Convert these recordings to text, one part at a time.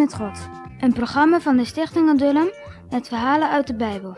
met God. Een programma van de Stichting Adullam met verhalen uit de Bijbel.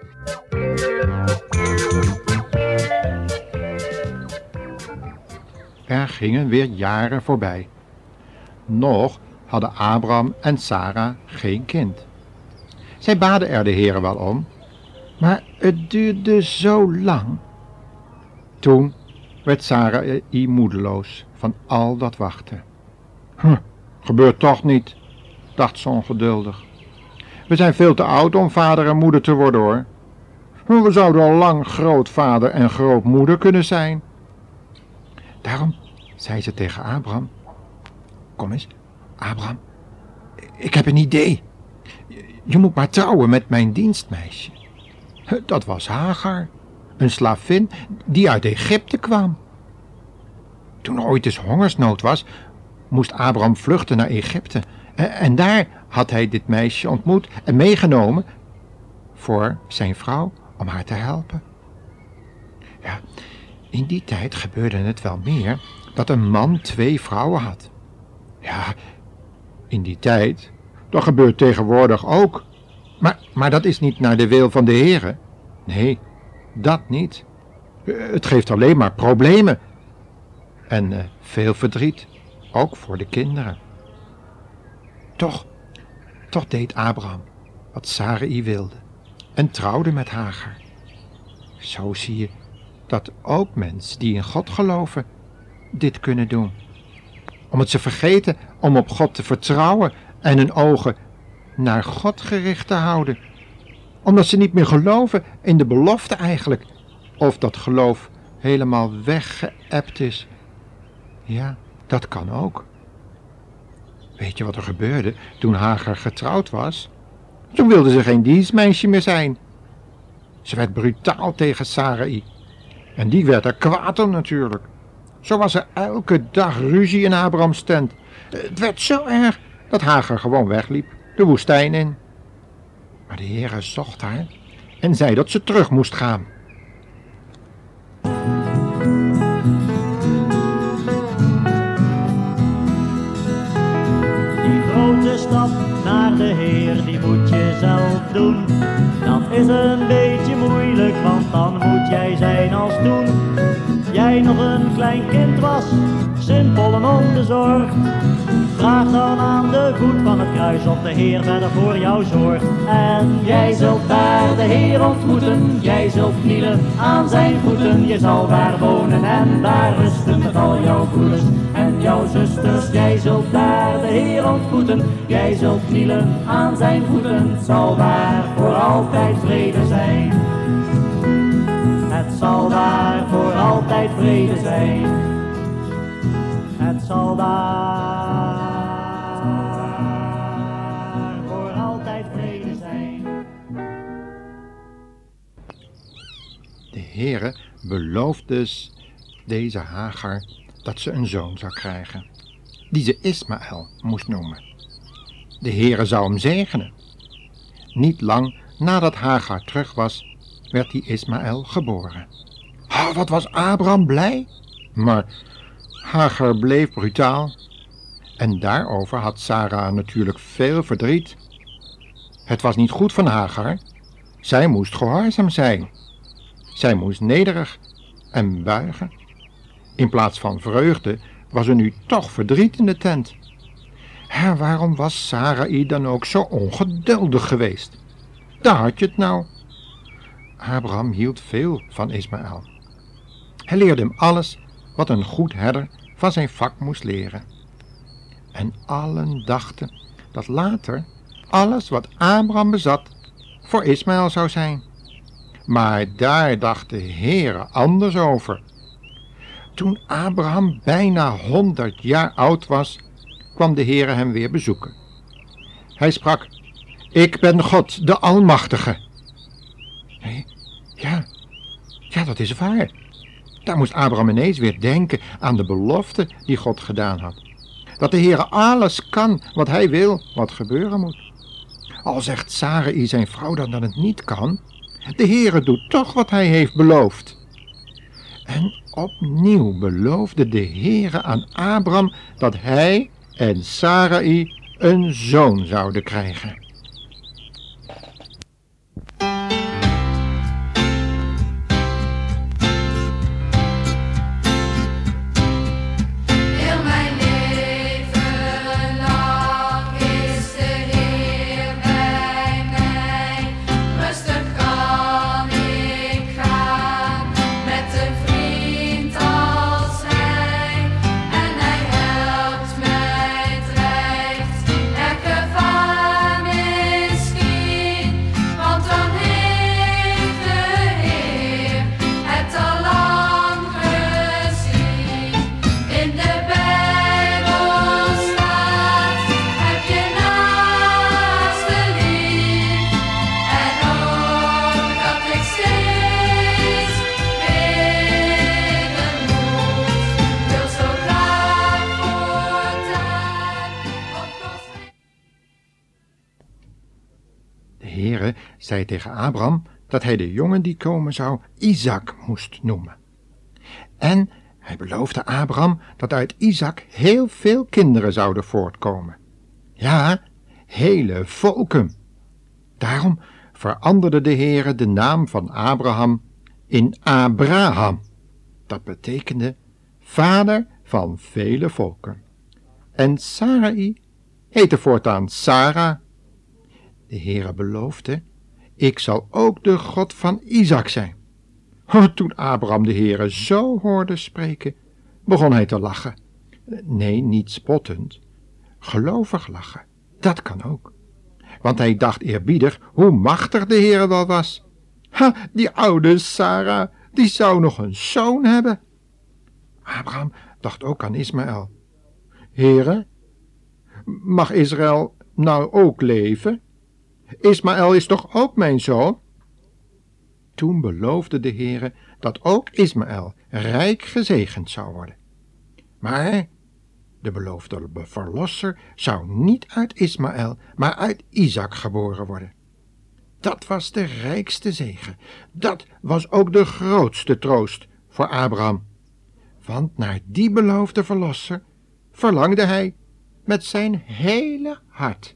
Er gingen weer jaren voorbij. Nog hadden Abraham en Sara geen kind. Zij baden er de Heere wel om, maar het duurde zo lang. Toen werd Sarai moedeloos van al dat wachten. Gebeurt toch niet, dacht ze ongeduldig. We zijn veel te oud om vader en moeder te worden, hoor. We zouden al lang grootvader en grootmoeder kunnen zijn. Daarom zei ze tegen Abraham: Kom eens, Abraham, ik heb een idee. Je moet maar trouwen met mijn dienstmeisje. Dat was Hagar, een slavin die uit Egypte kwam. Toen er ooit eens hongersnood was, moest Abraham vluchten naar Egypte. En daar had hij dit meisje ontmoet en meegenomen voor zijn vrouw om haar te helpen. Ja, in die tijd gebeurde het wel meer dat een man 2 vrouwen had. Ja, in die tijd, dat gebeurt tegenwoordig ook. Maar dat is niet naar de wil van de Heere. Nee, dat niet. Het geeft alleen maar problemen. En veel verdriet, ook voor de kinderen. Toch deed Abraham wat Sarai wilde en trouwde met Hagar. Zo zie je dat ook mensen die in God geloven dit kunnen doen. Omdat ze vergeten om op God te vertrouwen en hun ogen naar God gericht te houden. Omdat ze niet meer geloven in de belofte eigenlijk. Of dat geloof helemaal weggeëpt is. Ja, dat kan ook. Weet je wat er gebeurde toen Hagar getrouwd was? Toen wilde ze geen dienstmeisje meer zijn. Ze werd brutaal tegen Sarai. En die werd er kwaad om natuurlijk. Zo was er elke dag ruzie in Abrahams tent. Het werd zo erg dat Hagar gewoon wegliep, de woestijn in. Maar de Heere zocht haar en zei dat ze terug moest gaan. Die grote stap naar de Heer, die moet je zelf doen. Dat is een beetje moeilijk, want dan moet jij zijn als toen jij nog een klein kind was, simpel en onbezorgd. Vraag dan aan de voet van het kruis of de Heer verder voor jou zorgt. En jij zult daar de Heer ontmoeten, jij zult knielen aan zijn voeten. Je zal daar wonen en daar rusten met al jouw broeders en jouw zusters. Jij zult daar de Heer ontmoeten, jij zult knielen aan zijn voeten. Het zal daar voor altijd vrede zijn. Het zal daar voor altijd vrede zijn. Het zal daar voor altijd vrede zijn. De Heere belooft dus deze Hagar dat ze een zoon zou krijgen, die ze Ismaël moest noemen. De Heere zou hem zegenen. Niet lang nadat Hagar terug was, werd die Ismaël geboren. Wat was Abraham blij? Maar Hagar bleef brutaal. En daarover had Sara natuurlijk veel verdriet. Het was niet goed van Hagar. Zij moest gehoorzaam zijn. Zij moest nederig en buigen. In plaats van vreugde was er nu toch verdriet in de tent. Waarom was Sarai dan ook zo ongeduldig geweest? Daar had je het nou. Abraham hield veel van Ismaël. Hij leerde hem alles wat een goed herder van zijn vak moest leren. En allen dachten dat later alles wat Abraham bezat voor Ismaël zou zijn. Maar daar dacht de Heere anders over. Toen Abraham bijna 100 jaar oud was, kwam de Heere hem weer bezoeken. Hij sprak: Ik ben God, de Almachtige. Ja, dat is waar. Daar moest Abraham ineens weer denken aan de belofte die God gedaan had. Dat de Heere alles kan wat hij wil, wat gebeuren moet. Al zegt Sarai zijn vrouw dan dat het niet kan, de Heere doet toch wat hij heeft beloofd. En opnieuw beloofde de Heere aan Abraham dat hij en Sarai een zoon zouden krijgen. De Heere zei tegen Abraham dat hij de jongen die komen zou Isaac moest noemen. En hij beloofde Abraham dat uit Isaac heel veel kinderen zouden voortkomen. Ja, hele volken. Daarom veranderde de Heere de naam van Abraham in Abraham. Dat betekende vader van vele volken. En Sarai heette voortaan Sarah. De Heere beloofde, ik zal ook de God van Isaac zijn. Toen Abraham de Heere zo hoorde spreken, begon hij te lachen. Nee, niet spottend, gelovig lachen, dat kan ook. Want hij dacht eerbiedig hoe machtig de Heere wel was. Die oude Sarah, die zou nog een zoon hebben. Abraham dacht ook aan Ismaël. Heere, mag Israël nou ook leven? Ismaël is toch ook mijn zoon? Toen beloofde de Heere dat ook Ismaël rijk gezegend zou worden. Maar de beloofde verlosser zou niet uit Ismaël, maar uit Isaac geboren worden. Dat was de rijkste zegen. Dat was ook de grootste troost voor Abraham. Want naar die beloofde verlosser verlangde hij met zijn hele hart.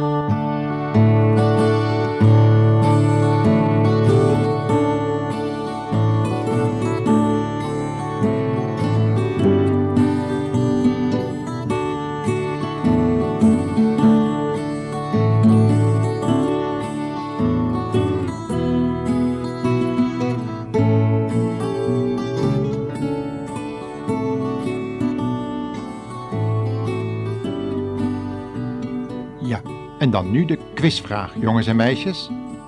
Ja, en dan nu de quizvraag, jongens en meisjes.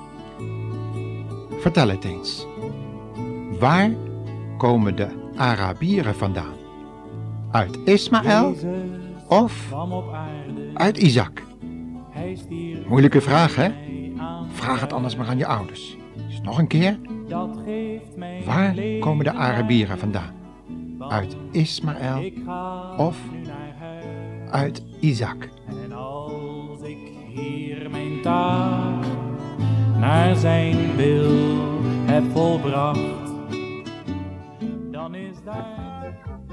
Vertel het eens. Waar komen de Arabieren vandaan? Uit Ismaël of uit Isaac? Moeilijke vraag, hè? Vraag het anders maar aan je ouders. Dus nog een keer. Waar komen de Arabieren vandaan? Uit Ismaël of uit Isaac? En als ik hier mijn taak naar zijn wil heb volbracht, dan is daar